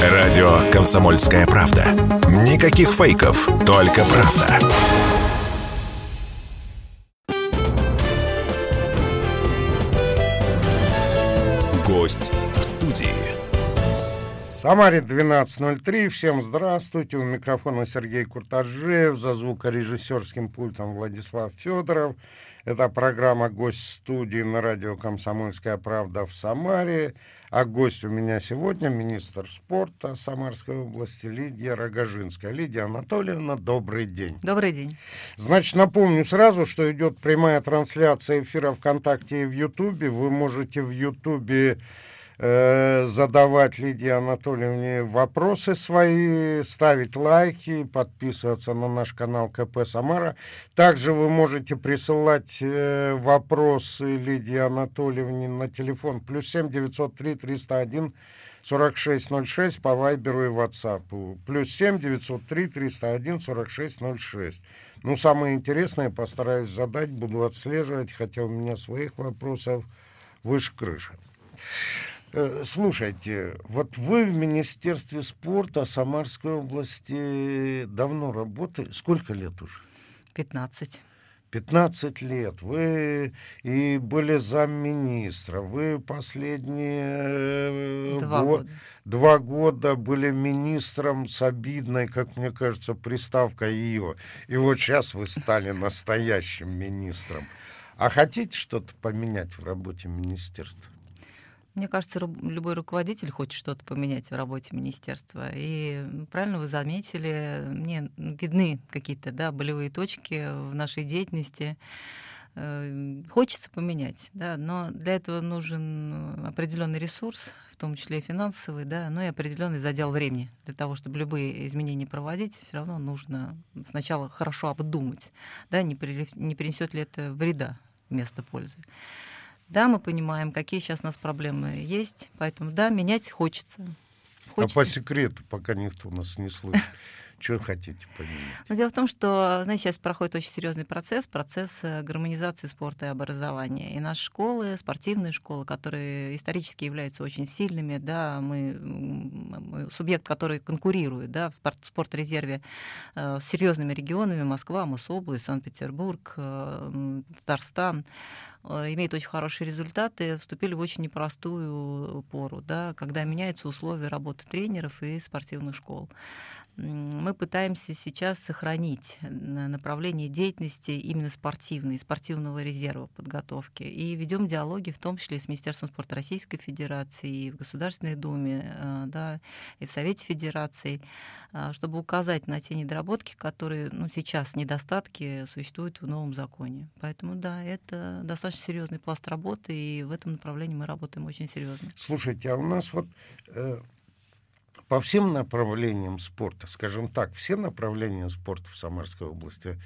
Радио «Комсомольская правда». Никаких фейков, только правда. Гость в студии. Самаре 12:03. Всем здравствуйте. У микрофона Сергей Куртажеев, за звукорежиссерским пультом Владислав Федоров. Это программа «Гость в студии» на радио «Комсомольская правда» в Самаре. А гость у меня сегодня министр спорта Самарской области Лидия Рогожинская. Лидия Анатольевна, добрый день. Добрый день. Значит, напомню сразу, что идет прямая трансляция эфира ВКонтакте и в Ютубе. Вы можете в Ютубе задавать Лидии Анатольевне вопросы свои, ставить лайки, подписываться на наш канал КП Самара. Также вы можете присылать вопросы Лидии Анатольевне на телефон +7 903 301 4606 по Вайберу и Ватсапу. +7 903 301 4606. Ну, самое интересное постараюсь задать, буду отслеживать, хотя у меня своих вопросов выше крыши. Слушайте, вот вы в Министерстве спорта Самарской области давно работаете. Сколько лет уже? 15. 15 лет. Вы и были замминистра. Вы последние 2 года были министром с обидной, как мне кажется, приставкой «ее». И вот сейчас вы стали настоящим министром. А хотите что-то поменять в работе министерства? Мне кажется, любой руководитель хочет что-то поменять в работе министерства. И правильно вы заметили, мне видны какие-то болевые точки в нашей деятельности. Хочется поменять, но для этого нужен определенный ресурс, в том числе и финансовый, но и определенный задел времени. Для того, чтобы любые изменения проводить, все равно нужно сначала хорошо обдумать, не принесет ли это вреда вместо пользы. Да, мы понимаем, какие сейчас у нас проблемы есть, поэтому, менять хочется. А по секрету, пока никто нас не слышит, что хотите поменять? Но дело в том, что, сейчас проходит очень серьезный процесс гармонизации спорта и образования. И наши школы, спортивные школы, которые исторически являются очень сильными, мы субъект, который конкурирует, в спортрезерве с серьезными регионами: Москва, Мособласть, Санкт-Петербург, Татарстан, имеют очень хорошие результаты, вступили в очень непростую пору, когда меняются условия работы тренеров и спортивных школ. Мы пытаемся сейчас сохранить направление деятельности именно спортивного резерва подготовки. И ведем диалоги, в том числе и с Министерством спорта Российской Федерации, и в Государственной Думе, и в Совете Федерации, чтобы указать на те недоработки, которые сейчас, недостатки, существуют в новом законе. Поэтому, это достаточно серьезный пласт работы, и в этом направлении мы работаем очень серьезно. Слушайте, а у нас по всем направлениям спорта, скажем так, все направления спорта в Самарской области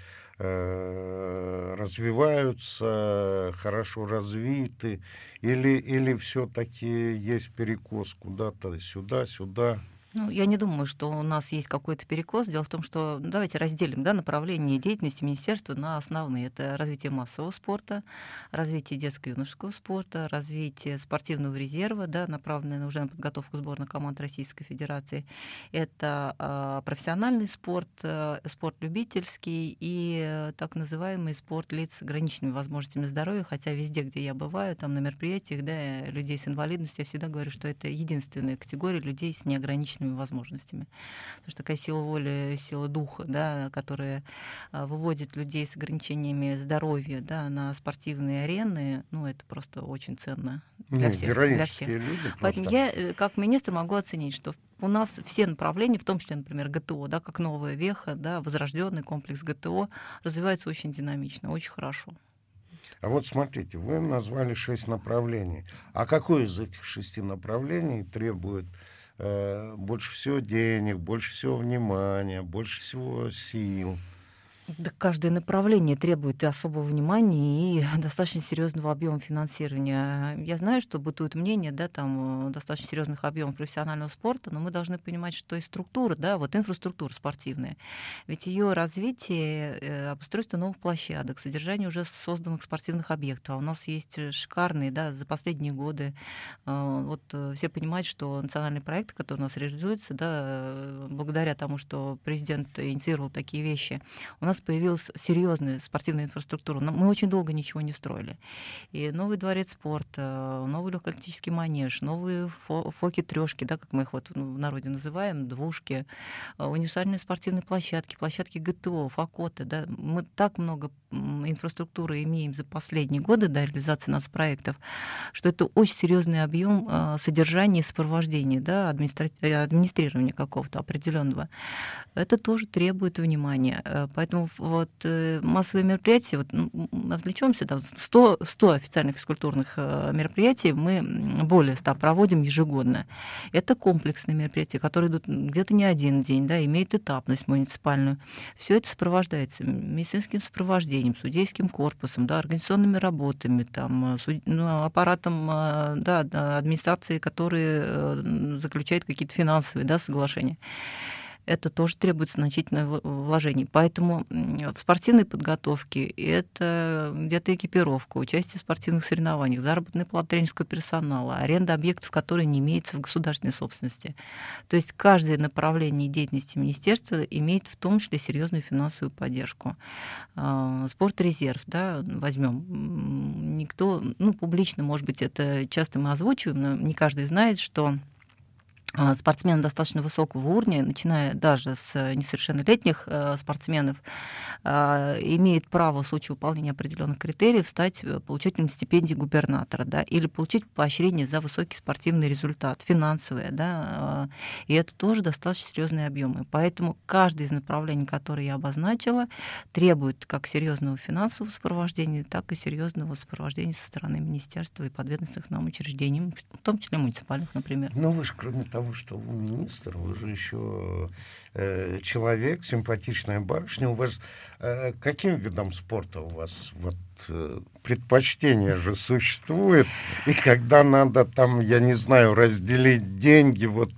развиваются, хорошо развиты, или все-таки есть перекос куда-то сюда? Я не думаю, что у нас есть какой-то перекос. Дело в том, что давайте разделим направление деятельности министерства на основные. Это развитие массового спорта, развитие детско-юношеского спорта, развитие спортивного резерва, направленное уже на подготовку сборных команд Российской Федерации. Это профессиональный спорт, спорт любительский и так называемый спорт лиц с ограниченными возможностями здоровья. Хотя везде, где я бываю, там на мероприятиях, людей с инвалидностью, я всегда говорю, что это единственная категория людей с неограниченными возможностями. Потому что такая сила воли, сила духа, которая выводит людей с ограничениями здоровья на спортивные арены, это просто очень ценно для всех. Героические люди. Поэтому я, как министр, могу оценить, что у нас все направления, в том числе, например, ГТО, как новая веха, возрожденный комплекс ГТО, развивается очень динамично, очень хорошо. А вот смотрите, вы назвали 6 направлений. А какое из этих 6 направлений требует больше всего денег, больше всего внимания, больше всего сил? Да, каждое направление требует и особого внимания, и достаточно серьезного объема финансирования. Я знаю, что бытует мнение, да, там достаточно серьезных объемов профессионального спорта, но мы должны понимать, что и структура, да, вот инфраструктура спортивная, ведь ее развитие, обустройство новых площадок, содержание уже созданных спортивных объектов. А у нас есть шикарные, да, за последние годы. Вот все понимают, что национальные проекты, которые у нас реализуются, да, благодаря тому, что президент инициировал такие вещи, у нас появилась серьезная спортивная инфраструктура. Но мы очень долго ничего не строили. И новый дворец спорта, новый легкоатлетический манеж, новые фоки-трёшки, да, как мы их вот в народе называем, двушки, универсальные спортивные площадки, площадки ГТО, факоты. Да. Мы так много инфраструктуры имеем за последние годы, да, реализации нацпроектов, что это очень серьезный объем содержания и сопровождения, да, администрирования какого-то определенного. Это тоже требует внимания. Поэтому вот массовые мероприятия, вот, отвлечемся, да, 100 официальных физкультурных мероприятий мы более 100 проводим ежегодно. Это комплексные мероприятия, которые идут где-то не один день, да, имеют этапность муниципальную. Все это сопровождается медицинским сопровождением, судейским корпусом, да, организационными работами, там, аппаратом, да, администрации, которые заключают какие-то финансовые, да, соглашения. Это тоже требует значительных вложений. Поэтому в спортивной подготовке это где-то экипировка, участие в спортивных соревнованиях, заработная плата тренерского персонала, аренда объектов, которые не имеются в государственной собственности. То есть каждое направление деятельности министерства имеет в том числе серьезную финансовую поддержку. Спортрезерв, да, возьмем. Никто, публично, может быть, это часто мы озвучиваем, но не каждый знает, что спортсмены достаточно высокого уровня, начиная даже с несовершеннолетних спортсменов, имеет право в случае выполнения определенных критериев стать получателем стипендии губернатора, да, или получить поощрение за высокий спортивный результат, финансовое, да, и это тоже достаточно серьезные объемы. Поэтому каждое из направлений, которые я обозначила, требует как серьезного финансового сопровождения, так и серьезного сопровождения со стороны министерства и подведомственных нам учреждений, в том числе муниципальных, например. Но вы же, кроме того, что вы министр, вы же еще человек, симпатичная барышня. У вас каким видом спорта у вас вот предпочтение же существует? И когда надо там, я не знаю, разделить деньги, вот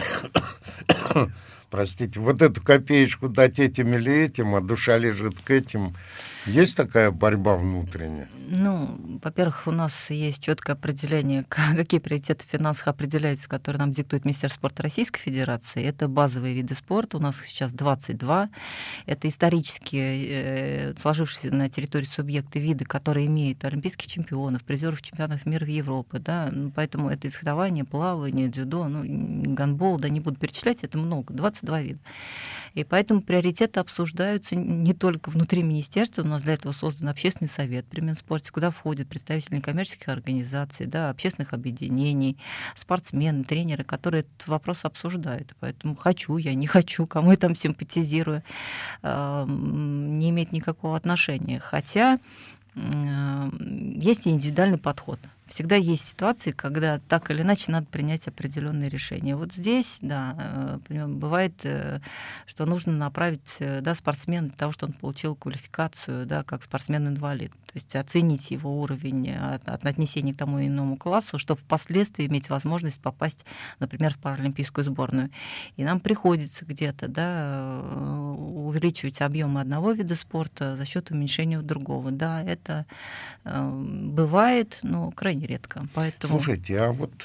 простите, вот эту копеечку дать этим или этим, а душа лежит к этим. Есть такая борьба внутренняя? Во-первых, у нас есть четкое определение, какие приоритеты в финансах определяются, которые нам диктует Министерство спорта Российской Федерации. Это базовые виды спорта, у нас сейчас 22. Это исторически сложившиеся на территории субъекты виды, которые имеют олимпийских чемпионов, призеров чемпионатов мира и Европы. Да? Поэтому это фехтование, плавание, дзюдо, гандбол, да, не буду перечислять, это много, 22 вида. И поэтому приоритеты обсуждаются не только внутри министерства, у нас для этого создан общественный совет при Минспорте, куда входят представители некоммерческих организаций, да, общественных объединений, спортсмены, тренеры, которые этот вопрос обсуждают. Поэтому хочу я, не хочу, кому я там симпатизирую, не имеет никакого отношения. Хотя есть и индивидуальный подход. Всегда есть ситуации, когда так или иначе надо принять определенные решения. Вот здесь, да, бывает, что нужно направить, да, спортсмена для того, чтобы он получил квалификацию, да, как спортсмен-инвалид. То есть оценить его уровень от отнесения к тому или иному классу, чтобы впоследствии иметь возможность попасть, например, в паралимпийскую сборную. И нам приходится где-то, да, увеличивать объемы одного вида спорта за счет уменьшения другого. Да, это бывает, но крайне редко. Поэтому... Слушайте, а вот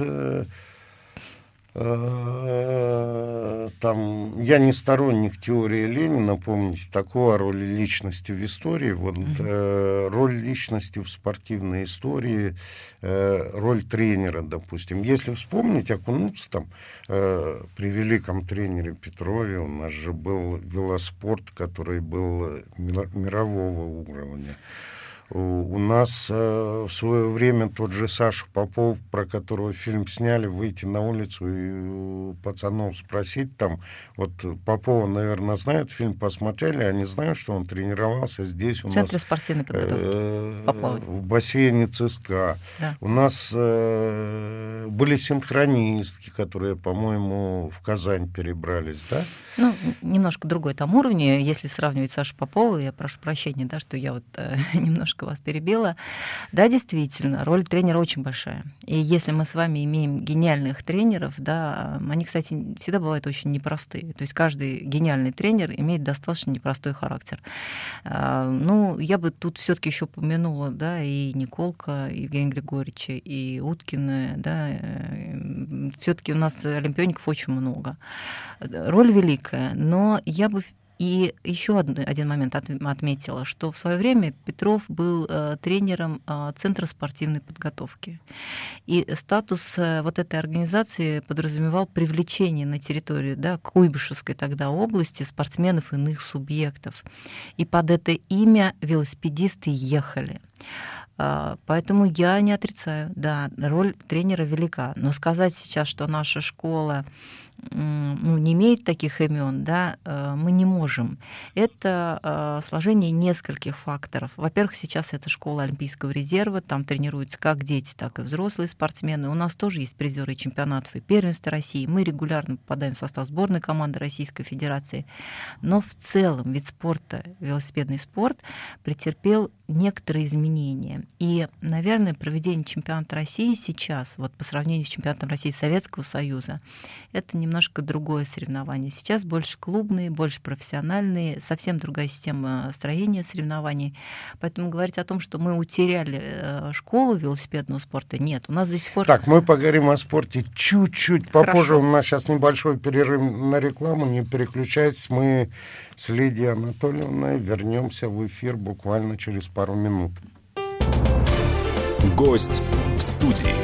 там я не сторонник теории Ленина, помните, такого роли личности в истории, вот роль личности в спортивной истории, роль тренера, допустим. Если вспомнить, окунуться там при великом тренере Петрове, у нас же был велоспорт, который был мирового уровня. У нас в свое время тот же Саша Попов, про которого фильм сняли, выйти на улицу и у пацанов спросить там, вот Попова, наверное, знают, фильм посмотрели, они знают, что он тренировался здесь у нас. В Центре спортивной подготовки. В бассейне ЦСКА. Да. У нас были синхронистки, которые, по-моему, в Казань перебрались, да? Ну, немножко другой там уровень. Если сравнивать Сашу Попова, я прошу прощения, да, что я вот немножко вас перебила. Да, действительно, роль тренера очень большая. И если мы с вами имеем гениальных тренеров, да, они, кстати, всегда бывают очень непростые. То есть каждый гениальный тренер имеет достаточно непростой характер. Ну, я бы тут все-таки еще упомянула, да, и Николка, и Евгения Григорьевича, и Уткина, да. Все-таки у нас олимпиоников очень много. Роль великая, но я бы и еще один момент отметила, что в свое время Петров был тренером Центра спортивной подготовки. И статус вот этой организации подразумевал привлечение на территорию, да, Куйбышевской тогда области спортсменов иных субъектов. И под это имя велосипедисты ехали. Поэтому я не отрицаю, да, роль тренера велика. Но сказать сейчас, что наша школа не имеет таких имен, да, мы не можем. Это сложение нескольких факторов. Во-первых, сейчас это школа Олимпийского резерва, там тренируются как дети, так и взрослые спортсмены. У нас тоже есть призеры чемпионатов и первенства России. Мы регулярно попадаем в состав сборной команды Российской Федерации. Но в целом вид спорта, велосипедный спорт, претерпел некоторые изменения. И, наверное, проведение чемпионата России сейчас, вот по сравнению с чемпионатом России Советского Союза, это немножко другое соревнование. Сейчас больше клубные, больше профессиональные, совсем другая система строения соревнований. Поэтому говорить о том, что мы утеряли школу велосипедного спорта, нет. У нас до сих пор... Так, мы поговорим о спорте чуть-чуть попозже. У нас сейчас небольшой перерыв на рекламу. Не переключайтесь. Мы с Лидией Анатольевной вернемся в эфир буквально через пару минут. Гость в студии.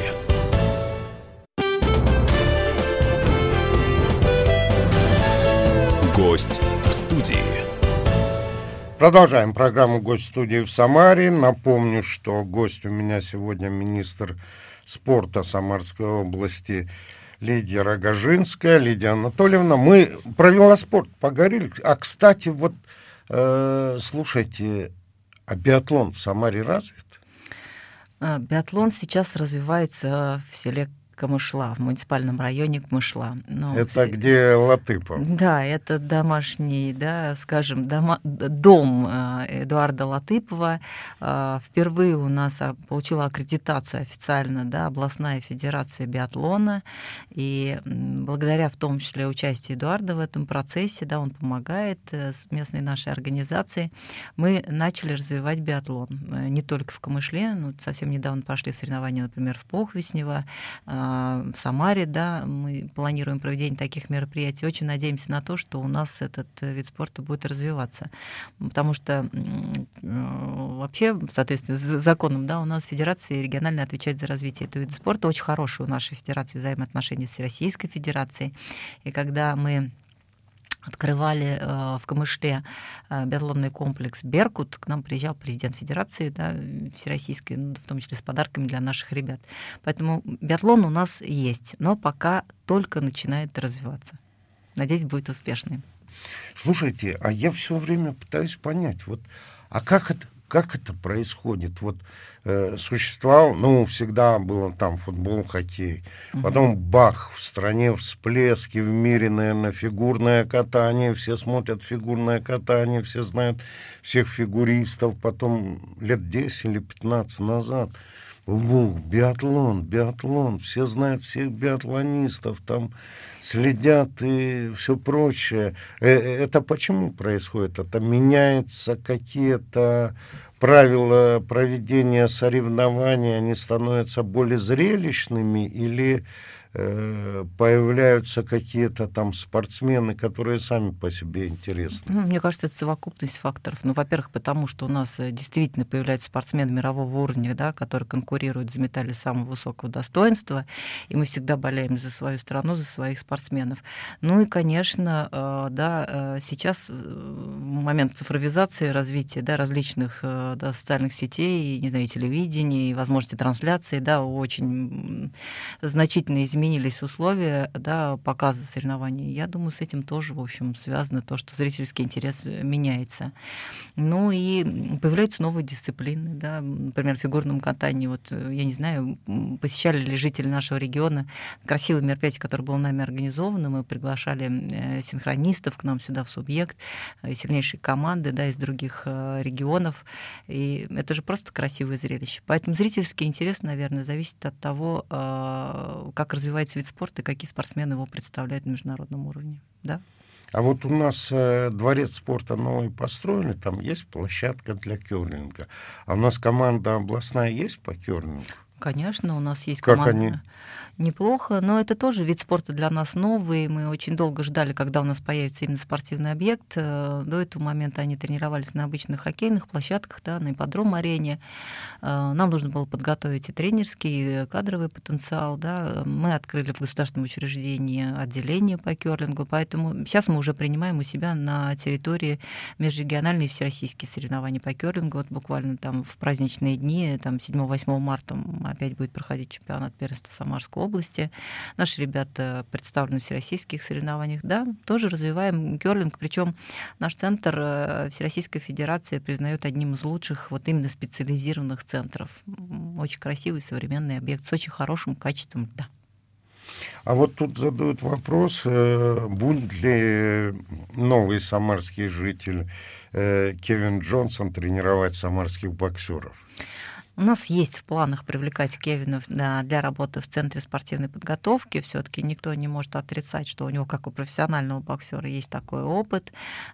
Гость в студии. Продолжаем программу «Гость в студии» в Самаре. Напомню, что гость у меня сегодня министр спорта Самарской области Лидия Рогожинская. Лидия Анатольевна, мы про велоспорт поговорили. А, кстати, вот, слушайте, а биатлон в Самаре развит? Биатлон сейчас развивается в селе Камышла, в муниципальном районе Камышла. Это где Латыпов? Да, это домашний, да, скажем, дом Эдуарда Латыпова. Впервые у нас получила аккредитацию официально, да, областная федерация биатлона. И благодаря в том числе участию Эдуарда в этом процессе, да, он помогает с местной нашей организацией, мы начали развивать биатлон. Не только в Камышле, но совсем недавно прошли соревнования, например, в Похвеснево, в Самаре, да, мы планируем проведение таких мероприятий. Очень надеемся на то, что у нас этот вид спорта будет развиваться. Потому что вообще, в соответствии с законом, да, у нас федерации регионально отвечают за развитие этого вида спорта. Очень хорошие у нашей федерации взаимоотношения с Российской Федерацией. И когда мы открывали в Камышле биатлонный комплекс «Беркут», к нам приезжал президент Федерации, да, всероссийской, в том числе с подарками для наших ребят. Поэтому биатлон у нас есть, но пока только начинает развиваться. Надеюсь, будет успешным. Слушайте, а я все время пытаюсь понять, вот, а как это происходит? Вот существовал, всегда было там футбол, хоккей. Потом бах, в стране всплески, в мире, наверное, фигурное катание. Все смотрят фигурное катание, все знают всех фигуристов. Потом лет 10 или 15 назад биатлон. Все знают всех биатлонистов, там следят и все прочее. Это почему происходит? Это меняются какие-то правила проведения соревнований, они становятся более зрелищными, или появляются какие-то там спортсмены, которые сами по себе интересны? Мне кажется, это совокупность факторов. Ну, во-первых, потому что у нас действительно появляются спортсмены мирового уровня, да, которые конкурируют за медали самого высокого достоинства, и мы всегда болеем за свою страну, за своих спортсменов. Ну и, конечно, да, сейчас в момент цифровизации, развития, да, различных, да, социальных сетей, не знаю, телевидения, и возможности трансляции, да, очень значительно изменились условия, да, показа соревнований. Я думаю, с этим тоже, в общем, связано то, что зрительский интерес меняется. Ну и появляются новые дисциплины, да, например, в фигурном катании. Вот, я не знаю, посещали ли жители нашего региона красивое мероприятие, которое было нами организовано. Мы приглашали синхронистов к нам сюда в субъект, сильнейшие команды, да, из других регионов. И это же просто красивое зрелище. Поэтому зрительский интерес, наверное, зависит от того, как развивается вид спорта и какие спортсмены его представляют на международном уровне. Да? А вот у нас дворец спорта новый построили, там есть площадка для кёрлинга. А у нас команда областная есть по кёрлингу? Конечно, у нас есть Как команда. они? Неплохо, но это тоже вид спорта для нас новый. Мы очень долго ждали, когда у нас появится именно спортивный объект. До этого момента они тренировались на обычных хоккейных площадках, да, на ипподром-арене. Нам нужно было подготовить и тренерский, и кадровый потенциал. Да. Мы открыли в государственном учреждении отделение по кёрлингу, поэтому сейчас мы уже принимаем у себя на территории межрегиональные и всероссийские соревнования по кёрлингу. Вот буквально там в праздничные дни, там 7-8 марта опять будет проходить чемпионат первенства Самарской области. Наши ребята представлены в всероссийских соревнованиях. Да, тоже развиваем кёрлинг. Причем наш центр Всероссийской Федерации признает одним из лучших вот именно специализированных центров. Очень красивый современный объект с очень хорошим качеством льда. А вот тут задают вопрос, будет ли новый самарский житель Кевин Джонсон тренировать самарских боксеров? У нас есть в планах привлекать Кевина для работы в Центре спортивной подготовки. Все-таки никто не может отрицать, что у него, как у профессионального боксера, есть такой опыт.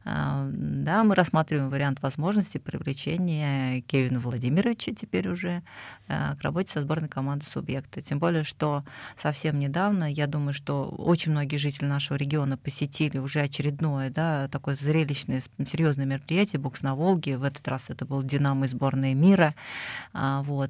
Да, мы рассматриваем вариант возможности привлечения Кевина Владимировича теперь уже к работе со сборной команды «Субъекта». Тем более, что совсем недавно, я думаю, что очень многие жители нашего региона посетили уже очередное, да, такое зрелищное, серьезное мероприятие «Бокс на Волге». В этот раз это был «Динамо» и сборная мира. Вот,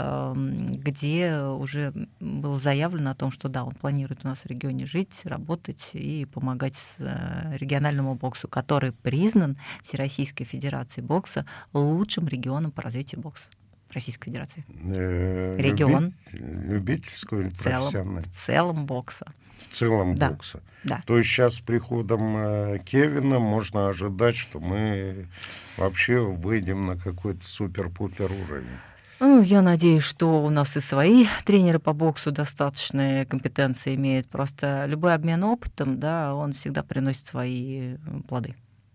где уже было заявлено о том, что да, он планирует у нас в регионе жить, работать и помогать региональному боксу, который признан Всероссийской Федерацией бокса лучшим регионом по развитию бокса в Российской Федерации. Регион. Любительскую или профессиональную? В целом бокса. В целом да. бокса. Да. То есть сейчас с приходом Кевина можно ожидать, что мы вообще выйдем на какой-то супер-пупер уровень. Ну, я надеюсь, что у нас и свои тренеры по боксу достаточные компетенции имеют. Просто любой обмен опытом, да, он всегда приносит свои плоды.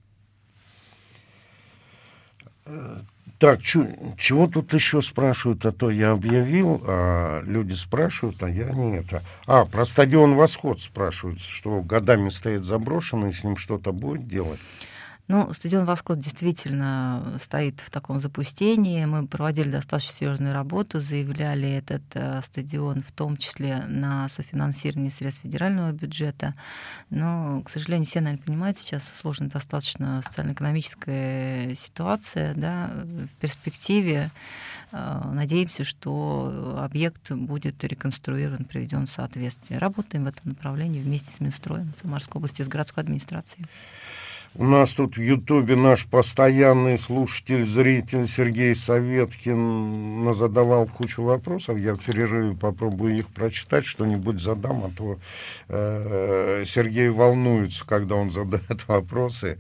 Так, чего тут еще спрашивают? А то я объявил, а люди спрашивают, а я не это. Про стадион «Восход» спрашивают, что годами стоит заброшенный, с ним что-то будет делать? Ну, стадион «Восход» действительно стоит в таком запустении. Мы проводили достаточно серьезную работу, заявляли этот стадион в том числе на софинансирование средств федерального бюджета. Но, к сожалению, все, наверное, понимают, сейчас сложная достаточно социально-экономическая ситуация. Да. В перспективе надеемся, что объект будет реконструирован, приведен в соответствие. Работаем в этом направлении вместе с Минстроем Самарской области, с городской администрацией. У нас тут в Ютубе наш постоянный слушатель, зритель Сергей Советкин задавал кучу вопросов. Я в перерыве попробую их прочитать, что-нибудь задам, а то Сергей волнуется, когда он задает вопросы,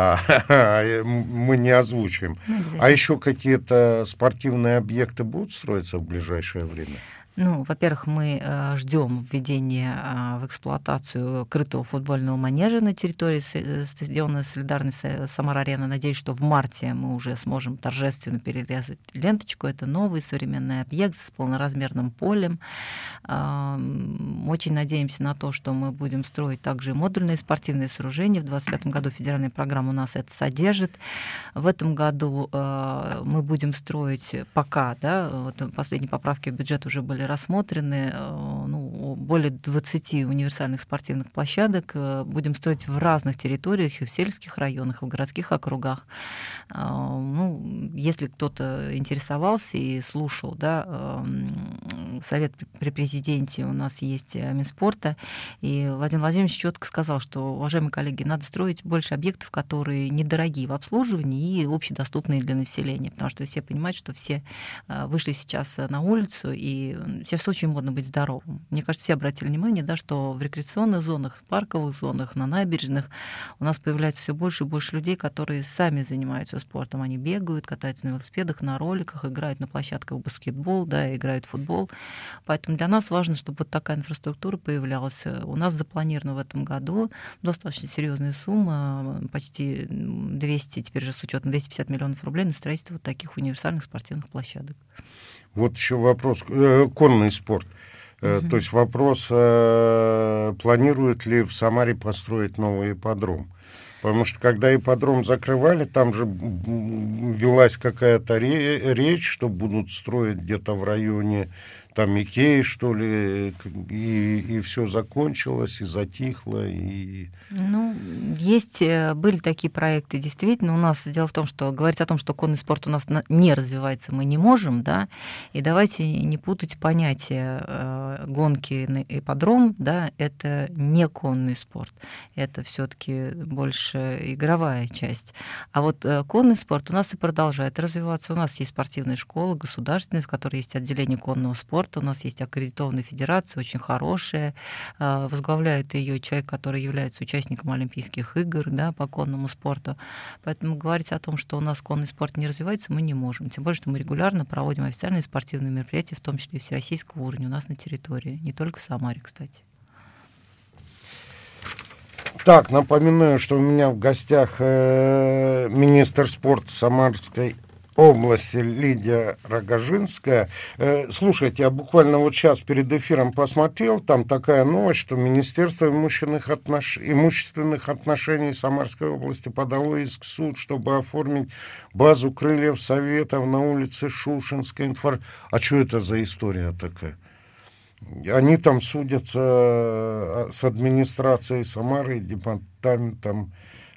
мы не озвучим. А еще какие-то спортивные объекты будут строиться в ближайшее время? Ну, во-первых, мы ждем введения в эксплуатацию крытого футбольного манежа на территории стадиона «Солидарность» Самара-Арена. Надеюсь, что в марте мы уже сможем торжественно перерезать ленточку. Это новый современный объект с полноразмерным полем. Очень надеемся на то, что мы будем строить также модульные спортивные сооружения. В 2025 году федеральная программа у нас это содержит. В этом году мы будем строить пока, да, вот последние поправки в бюджет уже были рассмотрены, более 20 универсальных спортивных площадок. Будем строить в разных территориях, и в сельских районах, и в городских округах. Ну, если кто-то интересовался и слушал, да, совет при президенте у нас есть Минспорта, и Владимир Владимирович четко сказал, что, уважаемые коллеги, надо строить больше объектов, которые недорогие в обслуживании и общедоступные для населения, потому что все понимают, что все вышли сейчас на улицу, и сейчас очень модно быть здоровым. Мне кажется, все обратили внимание, да, что в рекреационных зонах, в парковых зонах, на набережных у нас появляется все больше и больше людей, которые сами занимаются спортом. Они бегают, катаются на велосипедах, на роликах, играют на площадках в баскетбол, да, играют в футбол. Поэтому для нас важно, чтобы вот такая инфраструктура появлялась. У нас запланировано в этом году достаточно серьезная сумма, почти 200, теперь же с учетом 250 миллионов рублей на строительство вот таких универсальных спортивных площадок. Вот еще вопрос. Конный спорт. То есть вопрос, планируют ли в Самаре построить новый ипподром? Потому что когда ипподром закрывали, там же велась какая-то речь, что будут строить где-то в районе там Икеи, что ли, и все закончилось, и затихло, и... Ну, были такие проекты, действительно. У нас дело в том, что говорить о том, что конный спорт у нас не развивается, мы не можем, да, и давайте не путать понятия гонки на ипподром, да, это не конный спорт, это все-таки больше игровая часть. А вот конный спорт у нас и продолжает развиваться. У нас есть спортивные школы государственные, в которых есть отделение конного спорта, у нас есть аккредитованная федерация, очень хорошая, возглавляет ее человек, который является участником Олимпийских игр, да, по конному спорту. Поэтому говорить о том, что у нас конный спорт не развивается, мы не можем. Тем более, что мы регулярно проводим официальные спортивные мероприятия, в том числе и всероссийского уровня у нас на территории, не только в Самаре, кстати. Так, напоминаю, что у меня в гостях министр спорта Самарской области Лидия Рогожинская. Слушайте, я буквально вот сейчас перед эфиром посмотрел, там такая новость, что Министерство имущественных отношений Самарской области подало иск в суд, чтобы оформить базу крыльев Советов на улице Шушенской. А что это за история такая? Они там судятся с администрацией Самары и департаментом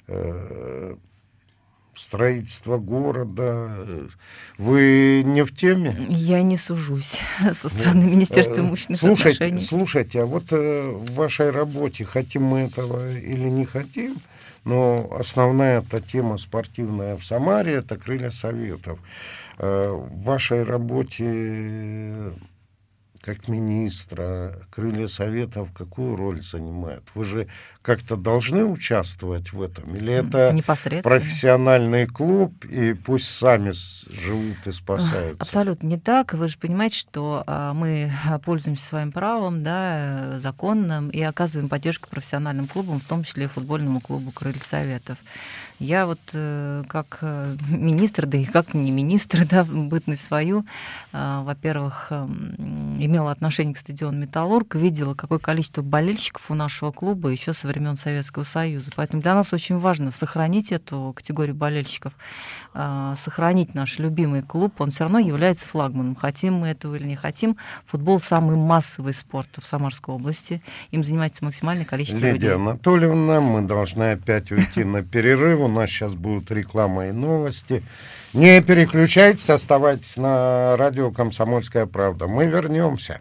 строительства города. Вы не в теме? Я не сужусь со стороны Министерства имущественных отношений. Слушайте, а вот в вашей работе, хотим мы этого или не хотим, но основная эта тема спортивная в Самаре — это крылья Советов. В вашей работе как министра крылья Советов какую роль занимают? Вы же как-то должны участвовать в этом? Или это профессиональный клуб, и пусть сами живут и спасаются? Абсолютно не так. Вы же понимаете, что мы пользуемся своим правом, да, законным, и оказываем поддержку профессиональным клубам, в том числе и футбольному клубу «Крылья Советов». Я вот как министр, да и как не министр, да, бытность свою, во-первых, имела отношение к стадиону «Металлург», видела, какое количество болельщиков у нашего клуба еще со времен Советского Союза. Поэтому для нас очень важно сохранить эту категорию болельщиков, сохранить наш любимый клуб. Он все равно является флагманом. Хотим мы этого или не хотим, футбол — самый массовый спорт в Самарской области. Им занимается максимальное количество людей. Лидия Анатольевна, мы должны опять уйти на перерыв. У нас сейчас будут реклама и новости. Не переключайтесь, оставайтесь на радио «Комсомольская правда». Мы вернемся.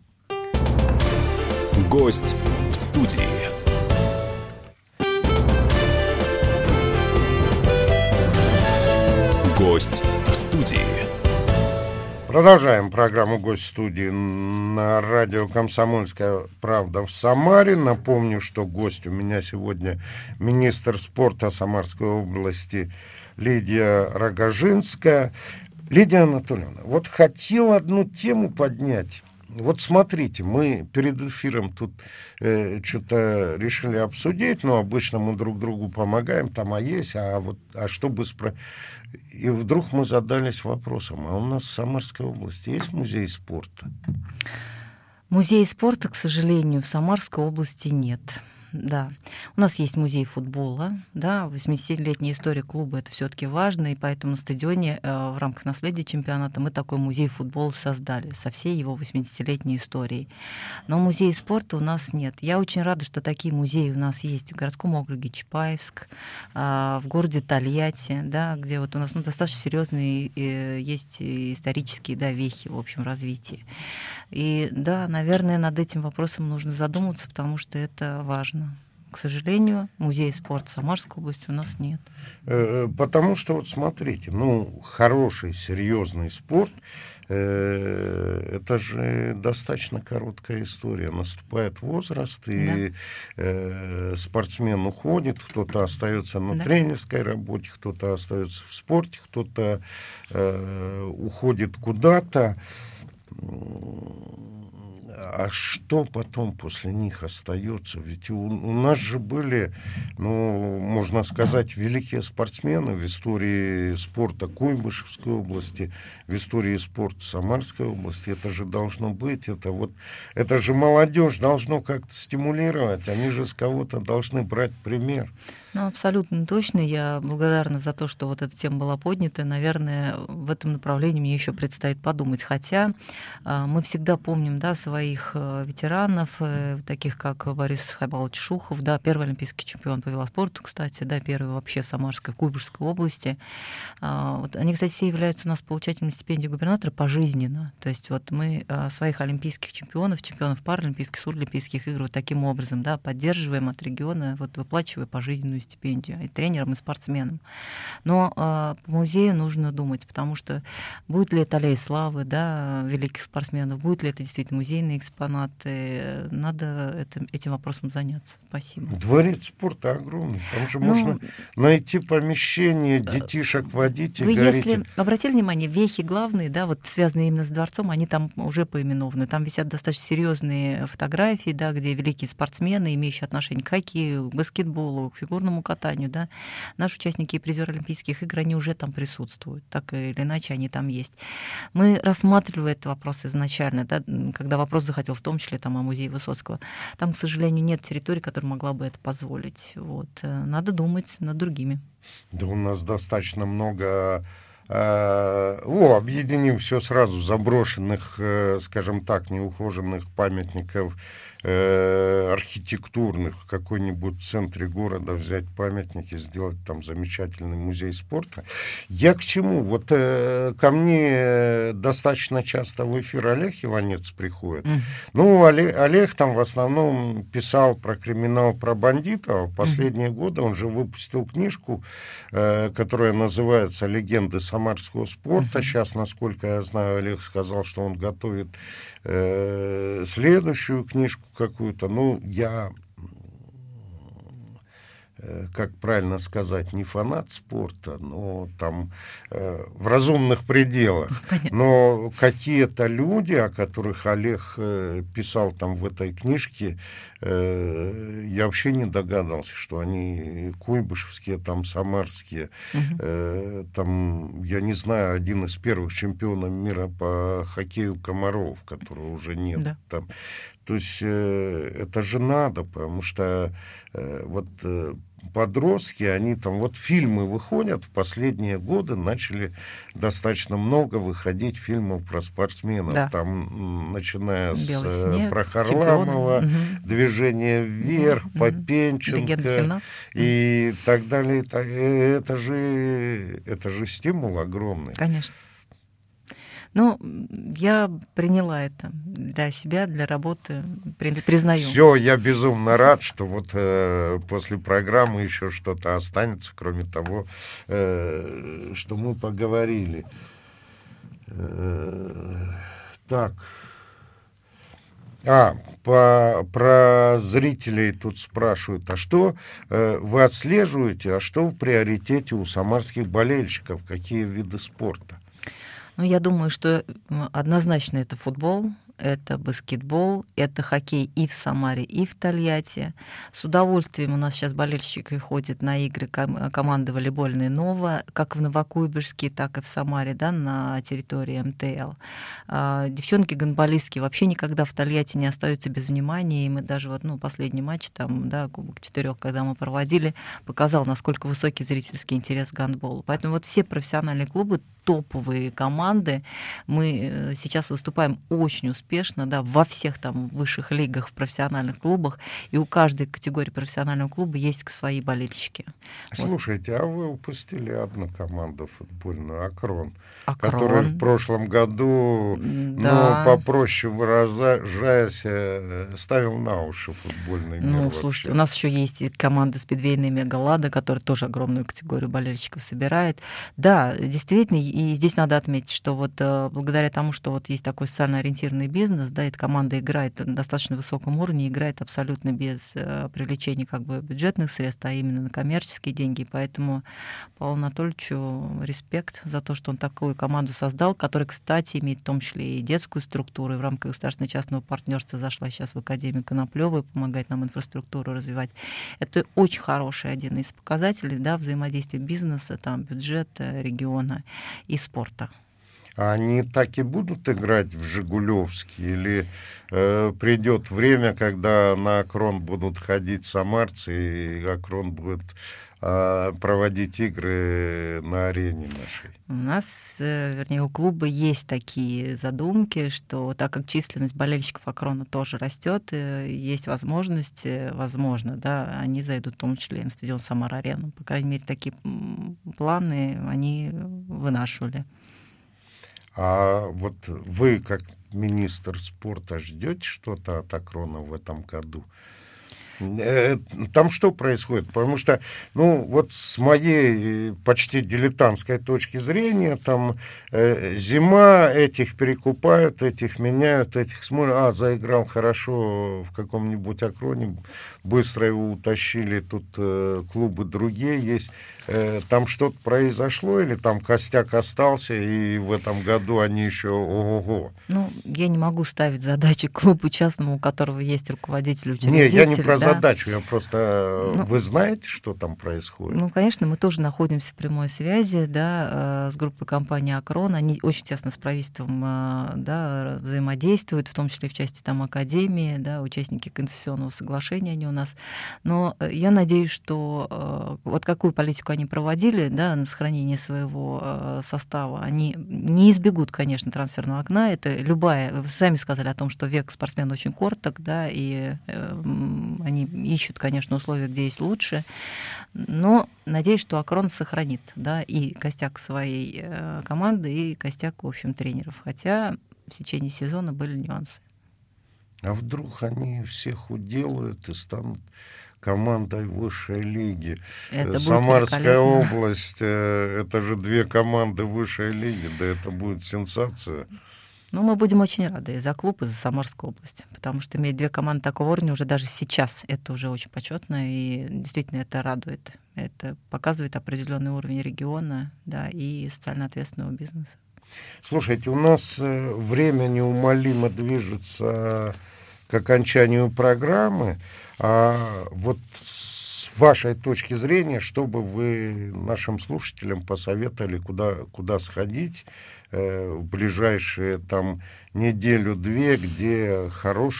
Гость в студии. Гость в студии. Продолжаем программу «Гость в студии» на радио «Комсомольская правда» в Самаре. Напомню, что гость у меня сегодня министр спорта Самарской области Лидия Рогожинская. Лидия Анатольевна, вот хотел одну тему поднять. Вот смотрите, мы перед эфиром тут что-то решили обсудить, но обычно мы друг другу помогаем, там, чтобы И вдруг мы задались вопросом, а у нас в Самарской области есть музей спорта? Музея спорта, к сожалению, в Самарской области нет. Да. У нас есть музей футбола, да, 80-летняя история клуба — это все-таки важно, и поэтому на стадионе в рамках наследия чемпионата мы такой музей футбола создали со всей его 80-летней историей. Но музея спорта у нас нет. Я очень рада, что такие музеи у нас есть в городском округе Чапаевск, в городе Тольятти, да, где вот у нас достаточно серьезные есть исторические, да, вехи в общем развитии. И да, наверное, над этим вопросом нужно задуматься, потому что это важно. К сожалению, музея спорта Самарской области у нас нет. Потому что, вот смотрите, хороший, серьезный спорт, это же достаточно короткая история. Наступает возраст, и спортсмен уходит, кто-то остается на тренерской работе, кто-то остается в спорте, кто-то уходит куда-то. А что потом после них остается? Ведь у нас же были, можно сказать, великие спортсмены в истории спорта Куйбышевской области, в истории спорта Самарской области. Это же должно быть. Это же молодежь должно как-то стимулировать. Они же с кого-то должны брать пример. Абсолютно точно. Я благодарна за то, что вот эта тема была поднята. Наверное, в этом направлении мне еще предстоит подумать. Хотя мы всегда помним, да, своих ветеранов, таких как Борис Хайбалович Шухов, да, первый олимпийский чемпион по велоспорту, кстати, да, первый вообще в Самарской, Куйбышевской области. Вот они, кстати, все являются у нас получателями стипендии губернатора пожизненно. То есть вот мы своих олимпийских чемпионов паралимпийских, суролимпийских игр вот таким образом, да, поддерживаем от региона, вот выплачивая пожизненную стипендию и тренерам, и спортсменам. Но по музею нужно думать, потому что будет ли это аллея славы, да, великих спортсменов, будет ли это действительно музейные экспонаты, надо этим вопросом заняться. Спасибо. Дворец спорта огромный, там же можно найти помещение, детишек водить и вы, говорить. Если обратили внимание, вехи главные, да, вот связанные именно с дворцом, они там уже поименованы. Там висят достаточно серьезные фотографии, да, где великие спортсмены, имеющие отношение к хоккею, к баскетболу, к фигурному катанию, да, наши участники и призеры Олимпийских игр, они уже там присутствуют, так или иначе они там есть. Мы рассматривали этот вопрос изначально, да, когда вопрос заходил в том числе там о музее Высоцкого. Там, к сожалению, нет территории, которая могла бы это позволить. Вот. Надо думать над другими. Да у нас достаточно много объединим все сразу, заброшенных, скажем так, неухоженных памятников архитектурных в какой-нибудь центре города, взять памятники, сделать там замечательный музей спорта. Я к чему? Вот ко мне достаточно часто в эфир Олег Иванец приходит. Олег там в основном писал про криминал, про бандитов. Последние годы он же выпустил книжку, которая называется «Легенды самарского спорта». Сейчас, насколько я знаю, Олег сказал, что он готовит следующую книжку какую-то. Я, как правильно сказать, не фанат спорта, но там в разумных пределах. Понятно. Но какие-то люди, о которых Олег писал там в этой книжке, я вообще не догадался, что они куйбышевские, там самарские. Там, я не знаю, один из первых чемпионов мира по хоккею Комаров, которого уже нет. Да. Там. То есть это же надо, потому что подростки, они там, фильмы выходят, в последние годы начали достаточно много выходить фильмов про спортсменов, да. Там, начиная снег, про Харламова, чемпионы. «Движение вверх», Попенченко и так далее. Это же стимул огромный. Конечно. Я приняла это для себя, для работы, признаю. Все, я безумно рад, что после программы еще что-то останется, кроме того, что мы поговорили. Так. Про зрителей тут спрашивают, а что вы отслеживаете, а что в приоритете у самарских болельщиков, какие виды спорта? Я думаю, что однозначно это футбол, это баскетбол, это хоккей и в Самаре, и в Тольятти. С удовольствием у нас сейчас болельщики ходят на игры команды волейбольной «Нова», как в Новокуйбышевске, так и в Самаре, да, на территории МТЛ. Девчонки-гандболистки вообще никогда в Тольятти не остаются без внимания, и мы даже вот, последний матч, там, да, Кубок 4, когда мы проводили, показал, насколько высокий зрительский интерес к гандболу. Поэтому вот все профессиональные клубы, топовые команды, мы сейчас выступаем очень успешно, да, во всех там высших лигах, в профессиональных клубах, и у каждой категории профессионального клуба есть свои болельщики. Слушайте, а вы упустили одну команду футбольную, «Акрон», «Акрон», который в прошлом году, да, попроще выражаясь, ставил на уши футбольный мир. Ну, слушайте, у нас еще есть и команда «Спидвейная Мегалада», которая тоже огромную категорию болельщиков собирает. Да, действительно, и здесь надо отметить, что вот благодаря тому, что вот есть такой социально ориентированный бизнес, да, эта команда играет на достаточно высоком уровне, играет абсолютно без привлечения как бы бюджетных средств, а именно на коммерческие деньги. Поэтому Павлу Анатольевичу респект за то, что он такую команду создал, которая, кстати, имеет в том числе и детскую структуру, и в рамках государственно-частного партнерства зашла сейчас в Академию Коноплёвой, помогает нам инфраструктуру развивать. Это очень хороший один из показателей, да, взаимодействия бизнеса, там, бюджета, региона и спорта. А они так и будут играть в «Жигулевске» или придет время, когда на «Акрон» будут ходить самарцы, и «Акрон» будет проводить игры на арене нашей? У нас, вернее, у клуба есть такие задумки, что так как численность болельщиков «Акрона» тоже растет, есть возможность, возможно, да, они зайдут в том числе и на стадион «Самара-Арена». По крайней мере, такие планы они вынашивали. А вот вы, как министр спорта, ждете что-то от «Акрона» в этом году? Там что происходит? Потому что, вот с моей почти дилетантской точки зрения, там зима, этих перекупают, этих меняют, этих смотрят, заиграл хорошо в каком-нибудь «Акроне», быстро его утащили, тут клубы другие есть. Там что-то произошло, или там костяк остался, и в этом году они еще ого-го? Я не могу ставить задачи клубу частному, у которого есть руководитель, учредитель. Нет, я не про задачу, я просто... Вы знаете, что там происходит? Конечно, мы тоже находимся в прямой связи, да, с группой компании «Акрон». Они очень тесно с правительством, да, взаимодействуют, в том числе в части там академии, да, участники концессионного соглашения они у нас. Но я надеюсь, что вот какую политику они проводили, да, на сохранение своего состава, они не избегут, конечно, трансферного окна. Это любая... Вы сами сказали о том, что век спортсмена очень короток, да, и они ищут, конечно, условия, где есть лучше. Но надеюсь, что «Акрон» сохранит, да, и костяк своей команды, и костяк, в общем, тренеров. Хотя в течение сезона были нюансы. А вдруг они всех уделают и станут командой высшей лиги? Самарская область, это же 2 команды высшей лиги, да это будет сенсация. Мы будем очень рады и за клуб, и за Самарскую область, потому что иметь 2 команды такого уровня уже даже сейчас, это уже очень почетно, и действительно это радует. Это показывает определенный уровень региона, да, и социально ответственного бизнеса. Слушайте, у нас время неумолимо движется к окончанию программы. А вот с вашей точки зрения, что бы вы нашим слушателям посоветовали, куда сходить в ближайшие там неделю-две, где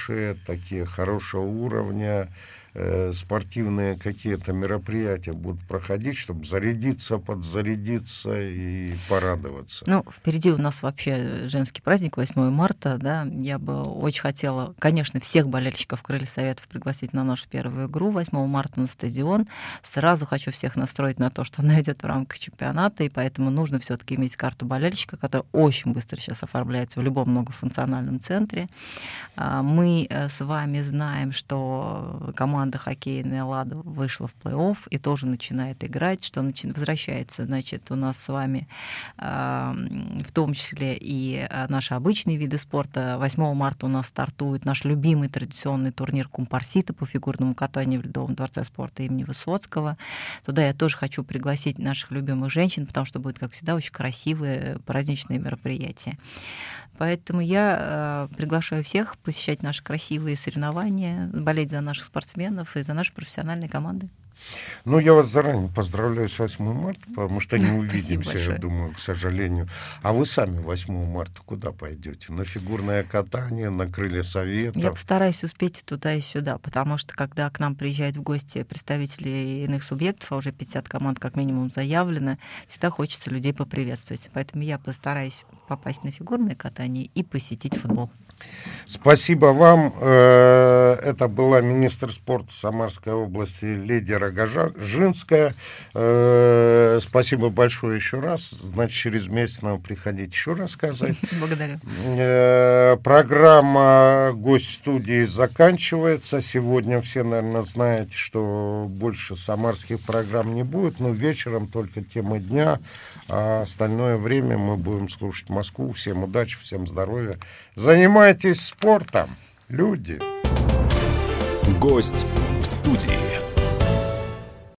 хорошего уровня спортивные какие-то мероприятия будут проходить, чтобы зарядиться, подзарядиться и порадоваться? Впереди у нас вообще женский праздник, 8 марта, да, я бы очень хотела, конечно, всех болельщиков «Крылья Советов» пригласить на нашу первую игру 8 марта на стадион. Сразу хочу всех настроить на то, что она идет в рамках чемпионата, и поэтому нужно все-таки иметь карту болельщика, которая очень быстро сейчас оформляется в любом многофункциональном центре. Мы с вами знаем, что команда команда хоккейная «Лада» вышла в плей-офф и тоже начинает играть, что возвращается, значит, у нас с вами в том числе и наши обычные виды спорта. 8 марта у нас стартует наш любимый традиционный турнир «Кумпарсита» по фигурному катанию в Ледовом дворце спорта имени Высоцкого. Туда я тоже хочу пригласить наших любимых женщин, потому что будет, как всегда, очень красивые праздничные мероприятия. Поэтому я приглашаю всех посещать наши красивые соревнования, болеть за наших спортсменов и за наши профессиональные команды. Ну, я вас заранее поздравляю с 8 марта, потому что не увидимся, я думаю, к сожалению. А вы сами 8 марта куда пойдете? На фигурное катание, на крылья Советов? Я постараюсь успеть туда и сюда, потому что, когда к нам приезжают в гости представители иных субъектов, а уже 50 команд как минимум заявлено, всегда хочется людей поприветствовать. Поэтому я постараюсь попасть на фигурное катание и посетить футбол. Спасибо вам. Это была министр спорта Самарской области Лидия Рогожинская. Спасибо большое еще раз. Значит, через месяц нам приходить еще рассказать. Благодарю. Программа «Гость студии» заканчивается. Сегодня все, наверное, знаете, что больше самарских программ не будет, но вечером только темы дня, а остальное время мы будем слушать Москву. Всем удачи, всем здоровья. Занимайтесь спортом, люди. Гость в студии.